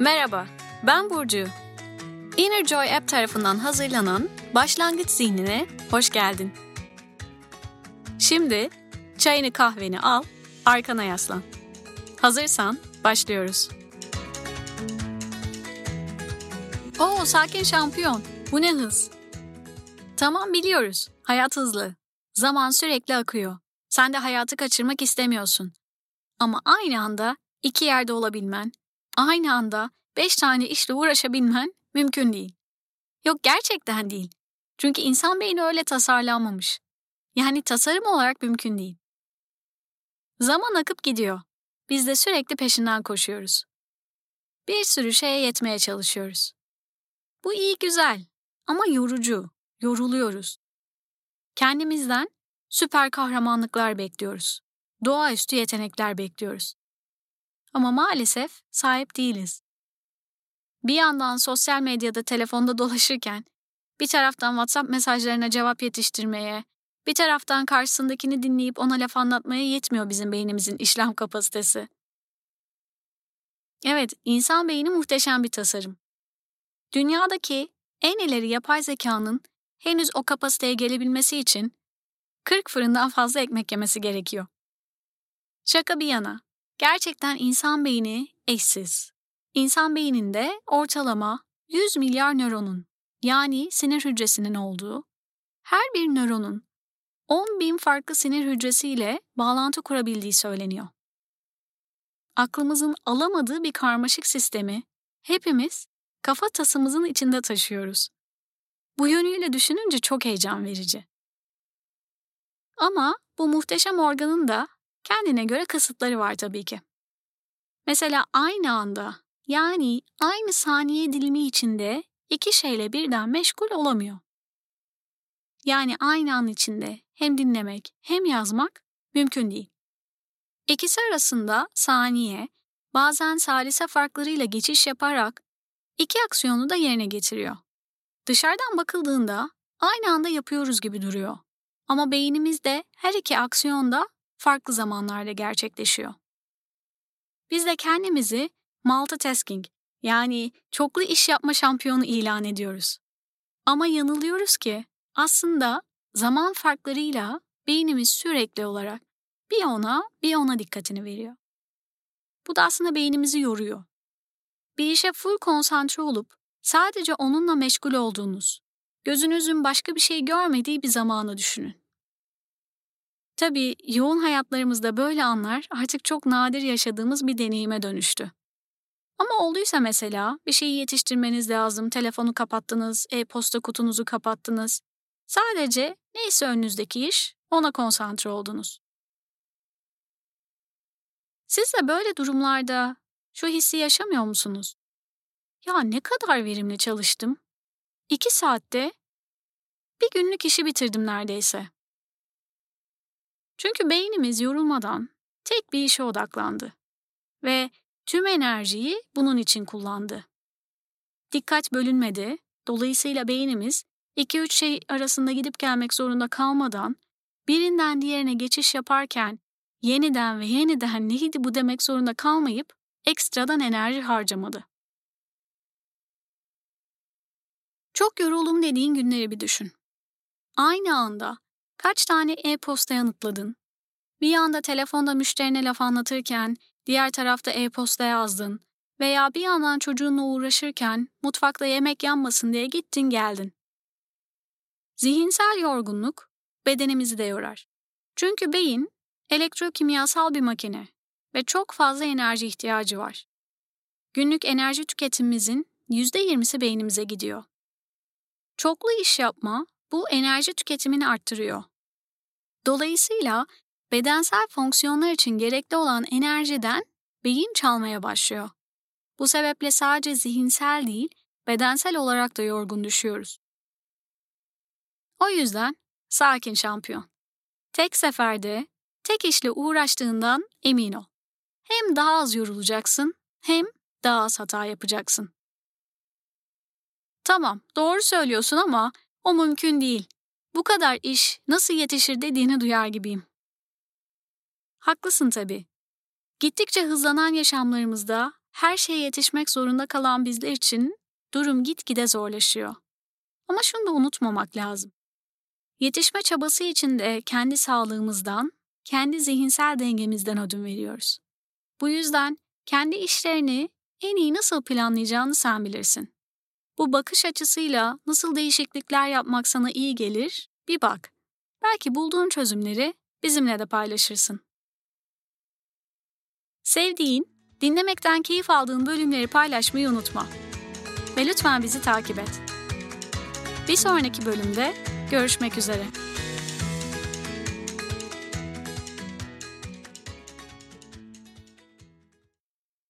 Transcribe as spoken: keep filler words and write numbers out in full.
Merhaba, ben Burcu. Inner Joy App tarafından hazırlanan Başlangıç Zihnine hoş geldin. Şimdi çayını kahveni al, arkana yaslan. Hazırsan başlıyoruz. Oo, sakin şampiyon, bu ne hız? Tamam, biliyoruz, hayat hızlı. Zaman sürekli akıyor. Sen de hayatı kaçırmak istemiyorsun. Ama aynı anda iki yerde olabilmen, aynı anda beş tane işle uğraşabilmen mümkün değil. Yok, gerçekten değil. Çünkü insan beyni öyle tasarlanmamış. Yani tasarım olarak mümkün değil. Zaman akıp gidiyor. Biz de sürekli peşinden koşuyoruz. Bir sürü şeye yetmeye çalışıyoruz. Bu iyi, güzel ama yorucu, yoruluyoruz. Kendimizden süper kahramanlıklar bekliyoruz. Doğaüstü yetenekler bekliyoruz. Ama maalesef sahip değiliz. Bir yandan sosyal medyada, telefonda dolaşırken, bir taraftan WhatsApp mesajlarına cevap yetiştirmeye, bir taraftan karşısındakini dinleyip ona laf anlatmaya yetmiyor bizim beynimizin işlem kapasitesi. Evet, insan beyni muhteşem bir tasarım. Dünyadaki en ileri yapay zekanın henüz o kapasiteye gelebilmesi için kırk fırından fazla ekmek yemesi gerekiyor. Şaka bir yana, gerçekten insan beyni eşsiz. İnsan beyninde ortalama yüz milyar nöronun, yani sinir hücresinin olduğu, her bir nöronun on bin farklı sinir hücresiyle bağlantı kurabildiği söyleniyor. Aklımızın alamadığı bir karmaşık sistemi hepimiz kafa tasımızın içinde taşıyoruz. Bu yönüyle düşününce çok heyecan verici. Ama bu muhteşem organın da kendine göre kısıtları var tabii ki. Mesela aynı anda, yani aynı saniye dilimi içinde iki şeyle birden meşgul olamıyor. Yani aynı an içinde hem dinlemek hem yazmak mümkün değil. İkisi arasında saniye, bazen salise farklarıyla geçiş yaparak iki aksiyonu da yerine getiriyor. Dışarıdan bakıldığında aynı anda yapıyoruz gibi duruyor. Ama beynimizde her iki aksiyon da farklı zamanlarda gerçekleşiyor. Biz de kendimizi multitasking, yani çoklu iş yapma şampiyonu ilan ediyoruz. Ama yanılıyoruz ki aslında zaman farklarıyla beynimiz sürekli olarak bir ona bir ona dikkatini veriyor. Bu da aslında beynimizi yoruyor. Bir işe full konsantre olup sadece onunla meşgul olduğunuz, gözünüzün başka bir şey görmediği bir zamanı düşünün. Tabii yoğun hayatlarımızda böyle anlar artık çok nadir yaşadığımız bir deneyime dönüştü. Ama olduysa mesela bir şeyi yetiştirmeniz lazım, telefonu kapattınız, e-posta kutunuzu kapattınız. Sadece neyse önünüzdeki iş, ona konsantre oldunuz. Siz de böyle durumlarda şu hissi yaşamıyor musunuz? Ya ne kadar verimli çalıştım. İki saatte bir günlük işi bitirdim neredeyse. Çünkü beynimiz yorulmadan tek bir işe odaklandı ve tüm enerjiyi bunun için kullandı. Dikkat bölünmedi, dolayısıyla beynimiz iki üç şey arasında gidip gelmek zorunda kalmadan birinden diğerine geçiş yaparken yeniden ve yeniden neydi bu demek zorunda kalmayıp ekstradan enerji harcamadı. Çok yoruldum dediğin günleri bir düşün. Aynı anda kaç tane e-posta yanıtladın? Bir yanda telefonda müşterine laf anlatırken diğer tarafta e-posta yazdın veya bir yandan çocuğunla uğraşırken mutfakta yemek yanmasın diye gittin geldin. Zihinsel yorgunluk bedenimizi de yorar. Çünkü beyin elektrokimyasal bir makine ve çok fazla enerji ihtiyacı var. Günlük enerji tüketimimizin yüzde yirmisi beynimize gidiyor. Çoklu iş yapma bu enerji tüketimini arttırıyor. Dolayısıyla bedensel fonksiyonlar için gerekli olan enerjiden beyin çalmaya başlıyor. Bu sebeple sadece zihinsel değil, bedensel olarak da yorgun düşüyoruz. O yüzden sakin şampiyon. Tek seferde, tek işle uğraştığından emin ol. Hem daha az yorulacaksın, hem daha az hata yapacaksın. Tamam, doğru söylüyorsun ama o mümkün değil. Bu kadar iş nasıl yetişir dediğini duyar gibiyim. Haklısın tabii. Gittikçe hızlanan yaşamlarımızda her şeye yetişmek zorunda kalan bizler için durum gitgide zorlaşıyor. Ama şunu da unutmamak lazım. Yetişme çabası içinde kendi sağlığımızdan, kendi zihinsel dengemizden ödün veriyoruz. Bu yüzden kendi işlerini en iyi nasıl planlayacağını sen bilirsin. Bu bakış açısıyla nasıl değişiklikler yapmak sana iyi gelir, bir bak. Belki bulduğun çözümleri bizimle de paylaşırsın. Sevdiğin, dinlemekten keyif aldığın bölümleri paylaşmayı unutma. Ve lütfen bizi takip et. Bir sonraki bölümde görüşmek üzere.